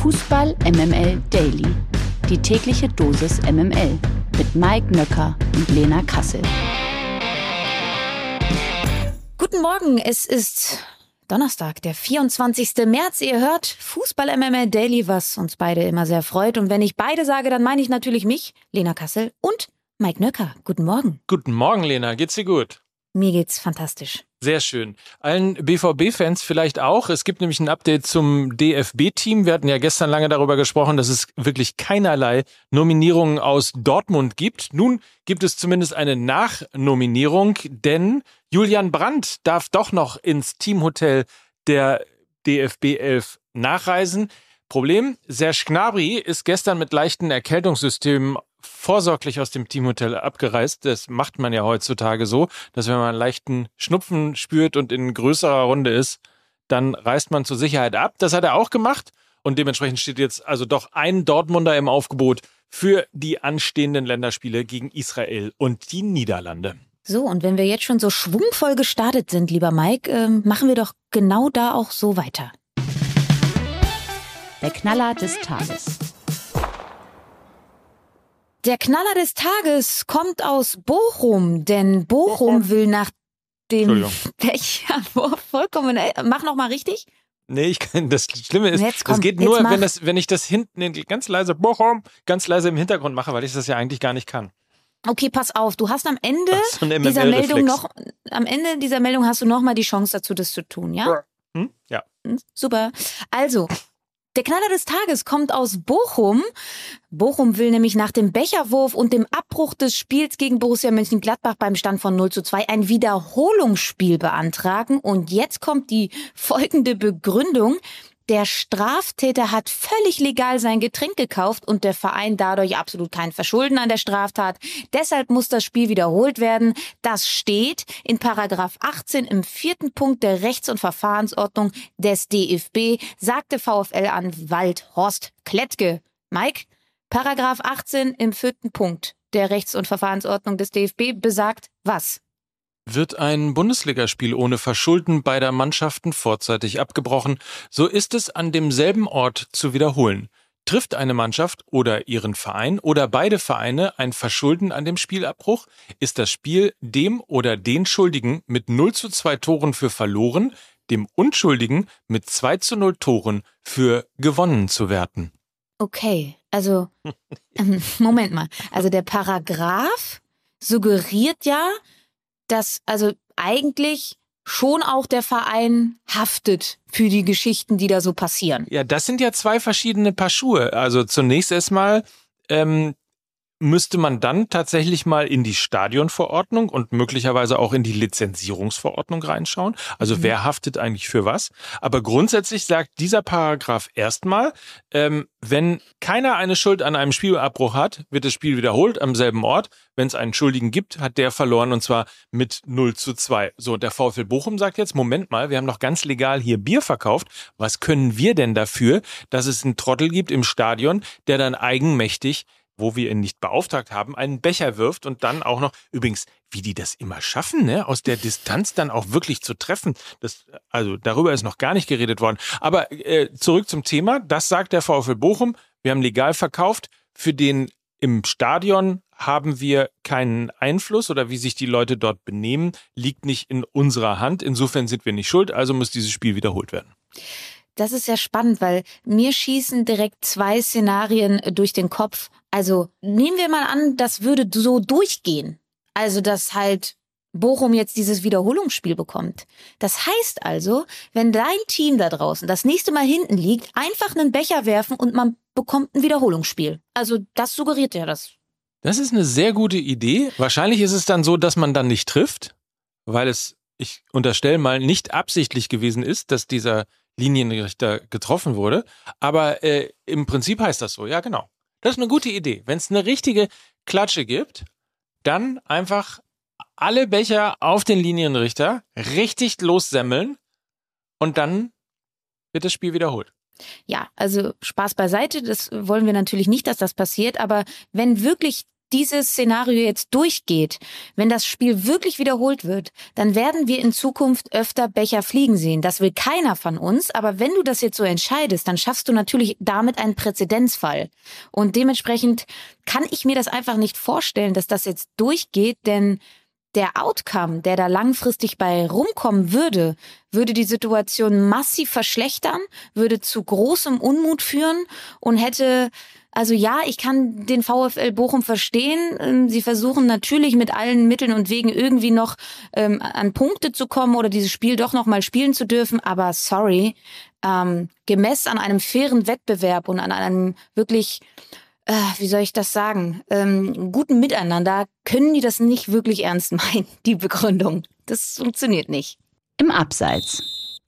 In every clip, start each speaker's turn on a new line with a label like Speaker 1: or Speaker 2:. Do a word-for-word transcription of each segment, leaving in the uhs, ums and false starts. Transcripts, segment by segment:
Speaker 1: Fußball M M L Daily. Die tägliche Dosis M M L mit Mike Nöcker und Lena Kassel.
Speaker 2: Guten Morgen, es ist Donnerstag, der vierundzwanzigster März. Ihr hört Fußball M M L Daily, was uns beide immer sehr freut. Und wenn ich beide sage, dann meine ich natürlich mich, Lena Kassel und Mike Nöcker. Guten Morgen.
Speaker 3: Guten Morgen, Lena. Geht's dir gut?
Speaker 2: Mir geht's fantastisch.
Speaker 3: Sehr schön. Allen B V B-Fans vielleicht auch. Es gibt nämlich ein Update zum D F B-Team. Wir hatten ja gestern lange darüber gesprochen, dass es wirklich keinerlei Nominierungen aus Dortmund gibt. Nun gibt es zumindest eine Nachnominierung, denn Julian Brandt darf doch noch ins Teamhotel der D F B elf nachreisen. Problem, Serge Gnabry ist gestern mit leichten Erkältungssystemen vorsorglich aus dem Teamhotel abgereist. Das macht man ja heutzutage so, dass wenn man einen leichten Schnupfen spürt und in größerer Runde ist, dann reist man zur Sicherheit ab. Das hat er auch gemacht und dementsprechend steht jetzt also doch ein Dortmunder im Aufgebot für die anstehenden Länderspiele gegen Israel und die Niederlande.
Speaker 2: So, und wenn wir jetzt schon so schwungvoll gestartet sind, lieber Mike, äh, machen wir doch genau da auch so weiter.
Speaker 1: Der Knaller des Tages.
Speaker 2: Der Knaller des Tages kommt aus Bochum, denn Bochum will nach dem Becherwurf vollkommen... Mach noch mal richtig.
Speaker 3: Nee, ich kann, das Schlimme ist,
Speaker 2: jetzt komm,
Speaker 3: das geht nur, wenn, das, wenn ich das hinten ganz leise Bochum, ganz leise im Hintergrund mache, weil ich das ja eigentlich gar nicht kann.
Speaker 2: Okay, pass auf, du hast am Ende
Speaker 3: so
Speaker 2: dieser Meldung noch, am Ende dieser Meldung hast du noch mal die Chance dazu, das zu tun, ja?
Speaker 3: Hm? Ja.
Speaker 2: Super. Also, der Knaller des Tages kommt aus Bochum. Bochum will nämlich nach dem Becherwurf und dem Abbruch des Spiels gegen Borussia Mönchengladbach beim Stand von null zu zwei ein Wiederholungsspiel beantragen. Und jetzt kommt die folgende Begründung. Der Straftäter hat völlig legal sein Getränk gekauft und der Verein dadurch absolut kein Verschulden an der Straftat. Deshalb muss das Spiel wiederholt werden. Das steht in Paragraph achtzehn im vierten Punkt der Rechts- und Verfahrensordnung des D F B, sagte VfL-Anwalt Horst Klettke. Mike, Paragraph achtzehn im vierten Punkt der Rechts- und Verfahrensordnung des D F B besagt was?
Speaker 3: Wird ein Bundesligaspiel ohne Verschulden beider Mannschaften vorzeitig abgebrochen, so ist es an demselben Ort zu wiederholen. Trifft eine Mannschaft oder ihren Verein oder beide Vereine ein Verschulden an dem Spielabbruch, ist das Spiel dem oder den Schuldigen mit null zu zwei Toren für verloren, dem Unschuldigen mit zwei zu null Toren für gewonnen zu werten.
Speaker 2: Okay, also, Moment mal. Also der Paragraph suggeriert ja, dass also eigentlich schon auch der Verein haftet für die Geschichten, die da so passieren.
Speaker 3: Ja, das sind ja zwei verschiedene Paar Schuhe. Also zunächst erstmal ähm, müsste man dann tatsächlich mal in die Stadionverordnung und möglicherweise auch in die Lizenzierungsverordnung reinschauen. Also mhm. wer haftet eigentlich für was? Aber grundsätzlich sagt dieser Paragraph erstmal, ähm, wenn keiner eine Schuld an einem Spielabbruch hat, wird das Spiel wiederholt am selben Ort. Wenn es einen Schuldigen gibt, hat der verloren und zwar mit null zu zwei. So, der VfL Bochum sagt jetzt, Moment mal, wir haben doch ganz legal hier Bier verkauft. Was können wir denn dafür, dass es einen Trottel gibt im Stadion, der dann eigenmächtig, wo wir ihn nicht beauftragt haben, einen Becher wirft und dann auch noch, übrigens, wie die das immer schaffen, ne, aus der Distanz dann auch wirklich zu treffen. Das, also darüber ist noch gar nicht geredet worden. Aber äh, zurück zum Thema, das sagt der VfL Bochum, wir haben legal verkauft, für den im Stadion haben wir keinen Einfluss oder wie sich die Leute dort benehmen, liegt nicht in unserer Hand. Insofern sind wir nicht schuld, also muss dieses Spiel wiederholt werden.
Speaker 2: Das ist ja spannend, weil mir schießen direkt zwei Szenarien durch den Kopf. Also nehmen wir mal an, das würde so durchgehen. Also dass halt Bochum jetzt dieses Wiederholungsspiel bekommt. Das heißt also, wenn dein Team da draußen das nächste Mal hinten liegt, einfach einen Becher werfen und man bekommt ein Wiederholungsspiel. Also das suggeriert ja das.
Speaker 3: Das ist eine sehr gute Idee. Wahrscheinlich ist es dann so, dass man dann nicht trifft, weil es, ich unterstelle mal, nicht absichtlich gewesen ist, dass dieser Linienrichter getroffen wurde. Aber äh, im Prinzip heißt das so, ja genau. Das ist eine gute Idee. Wenn es eine richtige Klatsche gibt, dann einfach alle Becher auf den Linienrichter richtig lossemmeln und dann wird das Spiel wiederholt.
Speaker 2: Ja, also Spaß beiseite, das wollen wir natürlich nicht, dass das passiert, aber wenn wirklich dieses Szenario jetzt durchgeht, wenn das Spiel wirklich wiederholt wird, dann werden wir in Zukunft öfter Becher fliegen sehen. Das will keiner von uns, aber wenn du das jetzt so entscheidest, dann schaffst du natürlich damit einen Präzedenzfall. Und dementsprechend kann ich mir das einfach nicht vorstellen, dass das jetzt durchgeht, denn der Outcome, der da langfristig bei rumkommen würde, würde die Situation massiv verschlechtern, würde zu großem Unmut führen und hätte... Also ja, ich kann den VfL Bochum verstehen. Sie versuchen natürlich mit allen Mitteln und Wegen irgendwie noch ähm, an Punkte zu kommen oder dieses Spiel doch noch mal spielen zu dürfen. Aber sorry, ähm, gemessen an einem fairen Wettbewerb und an einem wirklich, äh, wie soll ich das sagen, ähm, guten Miteinander, können die das nicht wirklich ernst meinen, die Begründung. Das funktioniert nicht.
Speaker 1: Im Abseits.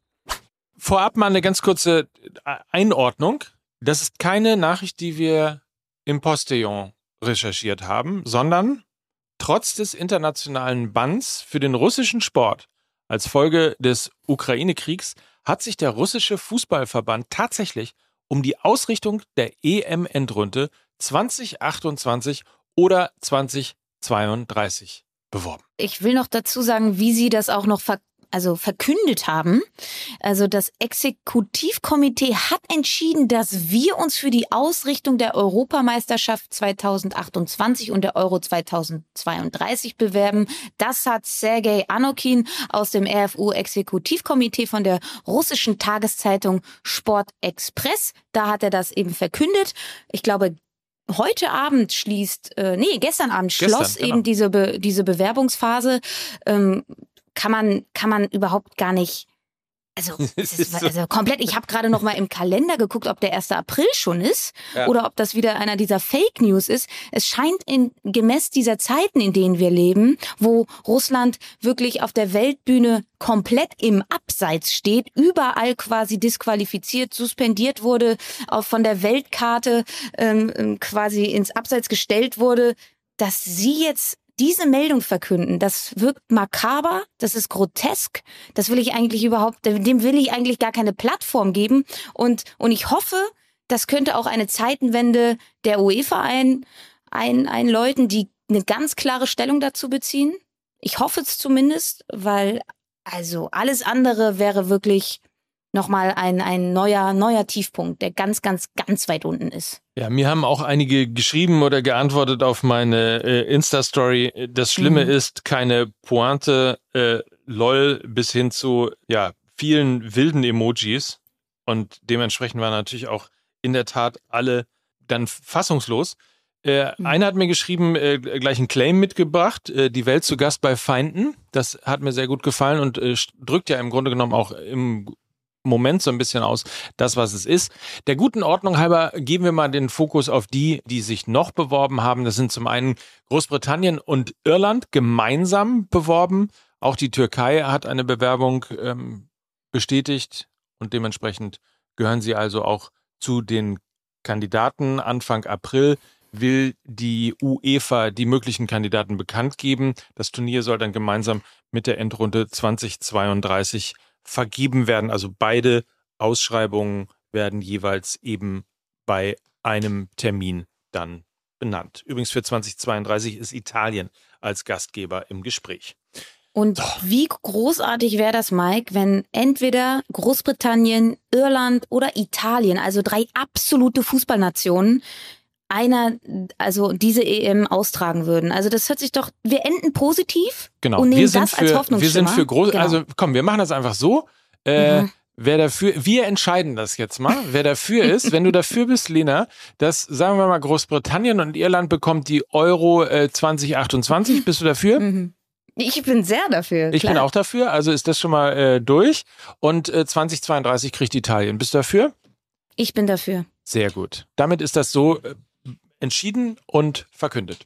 Speaker 3: Vorab mal eine ganz kurze Einordnung. Das ist keine Nachricht, die wir im Postillon recherchiert haben, sondern trotz des internationalen Banns für den russischen Sport als Folge des Ukraine-Kriegs hat sich der russische Fußballverband tatsächlich um die Ausrichtung der E M-Endrunde zwanzig achtundzwanzig oder zwanzig zweiunddreißig beworben.
Speaker 2: Ich will noch dazu sagen, wie sie das auch noch ver- also verkündet haben. Also das Exekutivkomitee hat entschieden, dass wir uns für die Ausrichtung der Europameisterschaft zwanzig achtundzwanzig und der Euro zwanzig zweiunddreißig bewerben. Das hat Sergei Anokin aus dem R F U-Exekutivkomitee von der russischen Tageszeitung Sport Express. Da hat er das eben verkündet. Ich glaube, heute Abend schließt, äh, nee, gestern Abend schloss
Speaker 3: Gestern, genau.
Speaker 2: eben diese, Be- diese Bewerbungsphase. Ähm, kann man, kann man überhaupt gar nicht, also, es ist, also komplett, ich habe gerade noch mal im Kalender geguckt, ob der erste April schon ist ja. oder ob das wieder einer dieser Fake News ist. Es scheint in, gemäß dieser Zeiten, in denen wir leben, wo Russland wirklich auf der Weltbühne komplett im Abseits steht, überall quasi disqualifiziert, suspendiert wurde, auch von der Weltkarte ähm, quasi ins Abseits gestellt wurde, dass sie jetzt diese Meldung verkünden, das wirkt makaber, das ist grotesk, das will ich eigentlich überhaupt, dem will ich eigentlich gar keine Plattform geben und, und ich hoffe, das könnte auch eine Zeitenwende der UEFA ein, ein, einläuten, die eine ganz klare Stellung dazu beziehen. Ich hoffe es zumindest, weil also alles andere wäre wirklich nochmal ein, ein neuer, neuer Tiefpunkt, der ganz, ganz, ganz weit unten ist.
Speaker 3: Ja, mir haben auch einige geschrieben oder geantwortet auf meine äh, Insta-Story. Das Schlimme mhm. ist, keine Pointe, äh, lol, bis hin zu ja vielen wilden Emojis. Und dementsprechend waren natürlich auch in der Tat alle dann fassungslos. Äh, mhm. Einer hat mir geschrieben, äh, gleich einen Claim mitgebracht, äh, die Welt zu Gast bei Feinden. Das hat mir sehr gut gefallen und äh, drückt ja im Grunde genommen auch im Moment so ein bisschen aus, das, was es ist. Der guten Ordnung halber geben wir mal den Fokus auf die, die sich noch beworben haben. Das sind zum einen Großbritannien und Irland gemeinsam beworben. Auch die Türkei hat eine Bewerbung ähm, bestätigt und dementsprechend gehören sie also auch zu den Kandidaten. Anfang April will die UEFA die möglichen Kandidaten bekannt geben. Das Turnier soll dann gemeinsam mit der Endrunde zwanzig zweiunddreißig vergeben werden. Also beide Ausschreibungen werden jeweils eben bei einem Termin dann benannt. Übrigens für zwanzig zweiunddreißig ist Italien als Gastgeber im Gespräch.
Speaker 2: Und so. Wie großartig wäre das, Mike, wenn entweder Großbritannien, Irland oder Italien, also drei absolute Fußballnationen, einer, also diese E M austragen würden. Also das hört sich doch, wir enden positiv
Speaker 3: genau.
Speaker 2: und nehmen
Speaker 3: wir sind
Speaker 2: das
Speaker 3: für,
Speaker 2: als Hoffnungsschimmer.
Speaker 3: Wir sind für groß,
Speaker 2: genau.
Speaker 3: Also komm, wir machen das einfach so. Äh, mhm. Wer dafür, wir entscheiden das jetzt mal, wer dafür ist. Wenn du dafür bist, Lena, dass, sagen wir mal, Großbritannien und Irland bekommt die Euro äh, zwanzig achtundzwanzig. Bist du dafür?
Speaker 2: Mhm. Ich bin sehr dafür.
Speaker 3: Ich
Speaker 2: klar.
Speaker 3: bin auch dafür, also ist das schon mal äh, durch. Und äh, zwanzig zweiunddreißig kriegt Italien. Bist du dafür?
Speaker 2: Ich bin dafür.
Speaker 3: Sehr gut. Damit ist das so äh, entschieden und verkündet.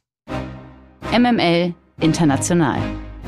Speaker 1: M M L International.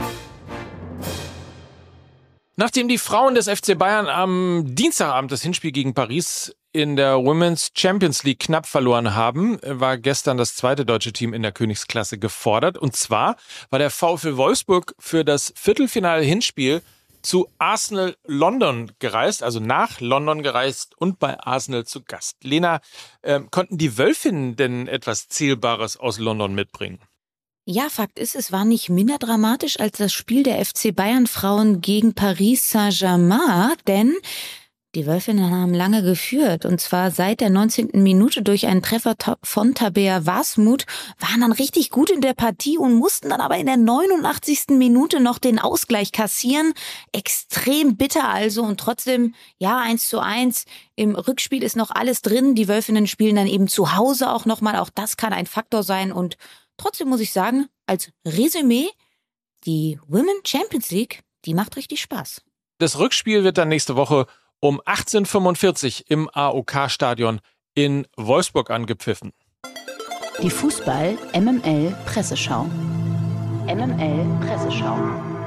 Speaker 3: Nachdem die Frauen des F C Bayern am Dienstagabend das Hinspiel gegen Paris in der Women's Champions League knapp verloren haben, war gestern das zweite deutsche Team in der Königsklasse gefordert. Und zwar war der VfL Wolfsburg für das Viertelfinale-Hinspiel zu Arsenal London gereist, also nach London gereist und bei Arsenal zu Gast. Lena, äh, konnten die Wölfinnen denn etwas Zählbares aus London mitbringen?
Speaker 2: Ja, Fakt ist, es war nicht minder dramatisch als das Spiel der F C Bayern-Frauen gegen Paris Saint-Germain, denn die Wölfinnen haben lange geführt, und zwar seit der neunzehnten Minute durch einen Treffer von Tabea Wasmuth, waren dann richtig gut in der Partie und mussten dann aber in der neunundachtzigsten Minute noch den Ausgleich kassieren. Extrem bitter also, und trotzdem, ja, eins zu eins. Im Rückspiel ist noch alles drin. Die Wölfinnen spielen dann eben zu Hause auch nochmal. Auch das kann ein Faktor sein, und trotzdem muss ich sagen, als Resümee, die Women Champions League, die macht richtig Spaß.
Speaker 3: Das Rückspiel wird dann nächste Woche um achtzehn Uhr fünfundvierzig im A O K-Stadion in Wolfsburg angepfiffen.
Speaker 1: Die Fußball-M M L-Presseschau. M M L-Presseschau.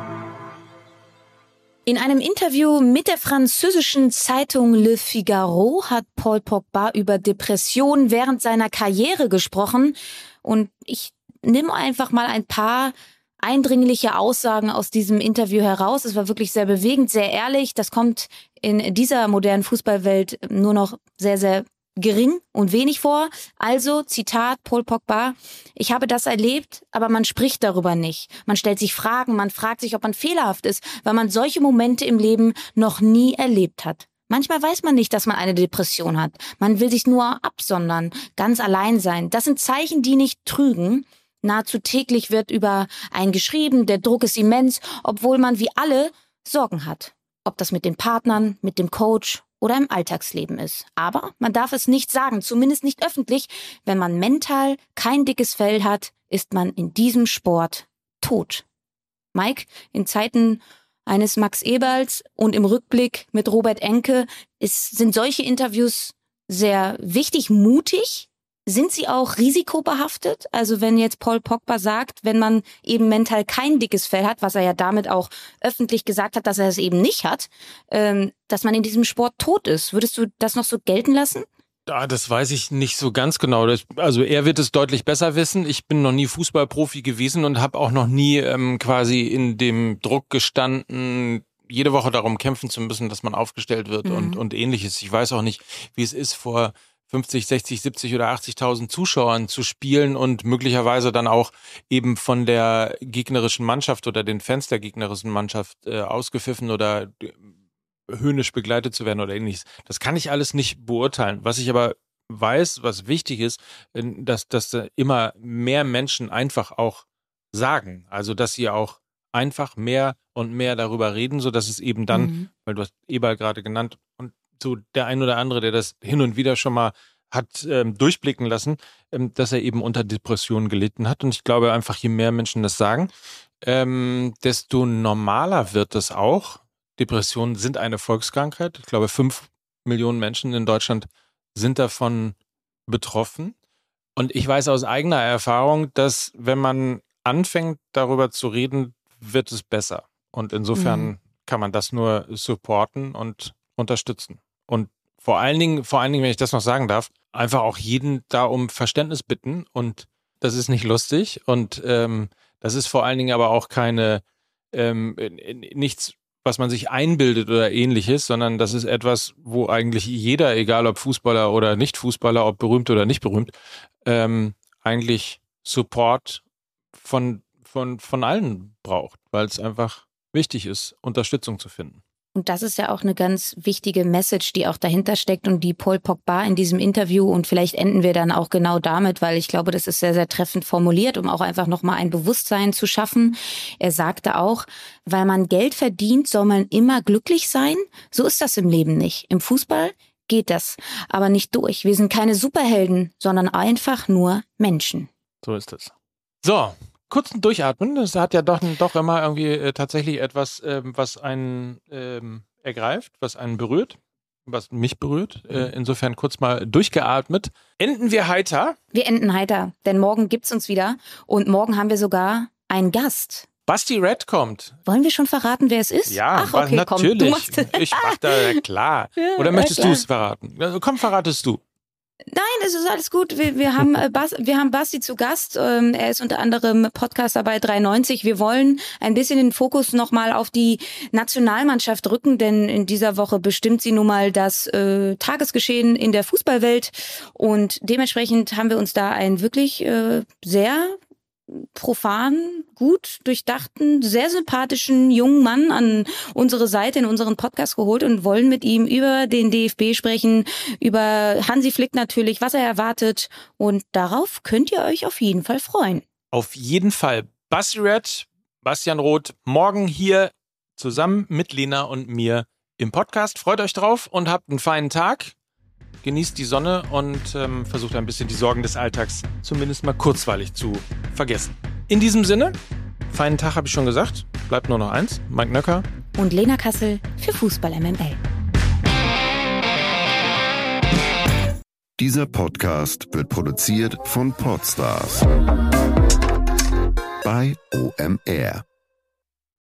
Speaker 2: In einem Interview mit der französischen Zeitung Le Figaro hat Paul Pogba über Depressionen während seiner Karriere gesprochen. Und ich nehme einfach mal ein paar eindringliche Aussagen aus diesem Interview heraus. Es war wirklich sehr bewegend, sehr ehrlich. Das kommt in dieser modernen Fußballwelt nur noch sehr, sehr gering und wenig vor. Also, Zitat Paul Pogba: Ich habe das erlebt, aber man spricht darüber nicht. Man stellt sich Fragen, man fragt sich, ob man fehlerhaft ist, weil man solche Momente im Leben noch nie erlebt hat. Manchmal weiß man nicht, dass man eine Depression hat. Man will sich nur absondern, ganz allein sein. Das sind Zeichen, die nicht trügen. Nahezu täglich wird über einen geschrieben, der Druck ist immens, obwohl man wie alle Sorgen hat. Ob das mit den Partnern, mit dem Coach oder im Alltagsleben ist. Aber man darf es nicht sagen, zumindest nicht öffentlich. Wenn man mental kein dickes Fell hat, ist man in diesem Sport tot. Mike, in Zeiten eines Max Eberls und im Rückblick mit Robert Enke ist, sind solche Interviews sehr wichtig, mutig. Sind sie auch risikobehaftet? Also wenn jetzt Paul Pogba sagt, wenn man eben mental kein dickes Fell hat, was er ja damit auch öffentlich gesagt hat, dass er es eben nicht hat, ähm, dass man in diesem Sport tot ist. Würdest du das noch so gelten lassen?
Speaker 3: Ah, das weiß ich nicht so ganz genau. Das, also er wird es deutlich besser wissen. Ich bin noch nie Fußballprofi gewesen und habe auch noch nie ähm, quasi in dem Druck gestanden, jede Woche darum kämpfen zu müssen, dass man aufgestellt wird mhm. und, und ähnliches. Ich weiß auch nicht, wie es ist, vor fünfzig, sechzig, siebzig oder achtzigtausend Zuschauern zu spielen und möglicherweise dann auch eben von der gegnerischen Mannschaft oder den Fans der gegnerischen Mannschaft äh, ausgepfiffen oder höhnisch begleitet zu werden oder ähnliches. Das kann ich alles nicht beurteilen. Was ich aber weiß, was wichtig ist, dass, dass immer mehr Menschen einfach auch sagen. Also, dass sie auch einfach mehr und mehr darüber reden, sodass es eben dann, mhm. weil du hast Eberl gerade genannt, und so der ein oder andere, der das hin und wieder schon mal hat ähm, durchblicken lassen, ähm, dass er eben unter Depressionen gelitten hat. Und ich glaube einfach, je mehr Menschen das sagen, ähm, desto normaler wird das auch. Depressionen sind eine Volkskrankheit. Ich glaube, fünf Millionen Menschen in Deutschland sind davon betroffen. Und ich weiß aus eigener Erfahrung, dass wenn man anfängt, darüber zu reden, wird es besser. Und insofern mhm. kann man das nur supporten und unterstützen. Und vor allen Dingen, vor allen Dingen, wenn ich das noch sagen darf, einfach auch jeden da um Verständnis bitten. Und das ist nicht lustig. Und ähm, das ist vor allen Dingen aber auch keine, ähm, nichts, was man sich einbildet oder ähnliches, sondern das ist etwas, wo eigentlich jeder, egal ob Fußballer oder nicht Fußballer, ob berühmt oder nicht berühmt, ähm, eigentlich Support von, von, von allen braucht, weil es einfach wichtig ist, Unterstützung zu finden.
Speaker 2: Und das ist ja auch eine ganz wichtige Message, die auch dahinter steckt und die Paul Pogba in diesem Interview, und vielleicht enden wir dann auch genau damit, weil ich glaube, das ist sehr, sehr treffend formuliert, um auch einfach nochmal ein Bewusstsein zu schaffen. Er sagte auch, weil man Geld verdient, soll man immer glücklich sein. So ist das im Leben nicht. Im Fußball geht das, aber nicht durch. Wir sind keine Superhelden, sondern einfach nur Menschen.
Speaker 3: So ist es. So. Kurzen Durchatmen, das hat ja doch, doch immer irgendwie äh, tatsächlich etwas, ähm, was einen ähm, ergreift, was einen berührt, was mich berührt. Äh, insofern kurz mal durchgeatmet. Enden wir heiter?
Speaker 2: Wir enden heiter, denn morgen gibt's uns wieder und morgen haben wir sogar einen Gast.
Speaker 3: Basti Red kommt.
Speaker 2: Wollen wir schon verraten, wer es ist?
Speaker 3: Ja, Ach, okay, natürlich. Komm, ich mach da, klar. Ja, Oder möchtest du es verraten? Komm, verratest du.
Speaker 2: Nein, es ist alles gut. Wir, wir, haben, äh, Bas, wir haben Basti zu Gast. Ähm, er ist unter anderem Podcaster bei dreiundneunzig. Wir wollen ein bisschen den Fokus nochmal auf die Nationalmannschaft rücken, denn in dieser Woche bestimmt sie nun mal das äh, Tagesgeschehen in der Fußballwelt. Und dementsprechend haben wir uns da einen wirklich äh, sehr profan, gut durchdachten, sehr sympathischen jungen Mann an unsere Seite in unseren Podcast geholt und wollen mit ihm über den D F B sprechen, über Hansi Flick natürlich, was er erwartet, und darauf könnt ihr euch auf jeden Fall freuen.
Speaker 3: Auf jeden Fall. Basti Red, Bastian Roth, morgen hier zusammen mit Lena und mir im Podcast. Freut euch drauf und habt einen feinen Tag. Genießt die Sonne und ähm, versucht ein bisschen die Sorgen des Alltags zumindest mal kurzweilig zu vergessen. In diesem Sinne, feinen Tag habe ich schon gesagt. Bleibt nur noch eins. Mike Nöcker
Speaker 2: und Lena Kassel für Fußball M M L.
Speaker 4: Dieser Podcast wird produziert von Podstars bei O M R.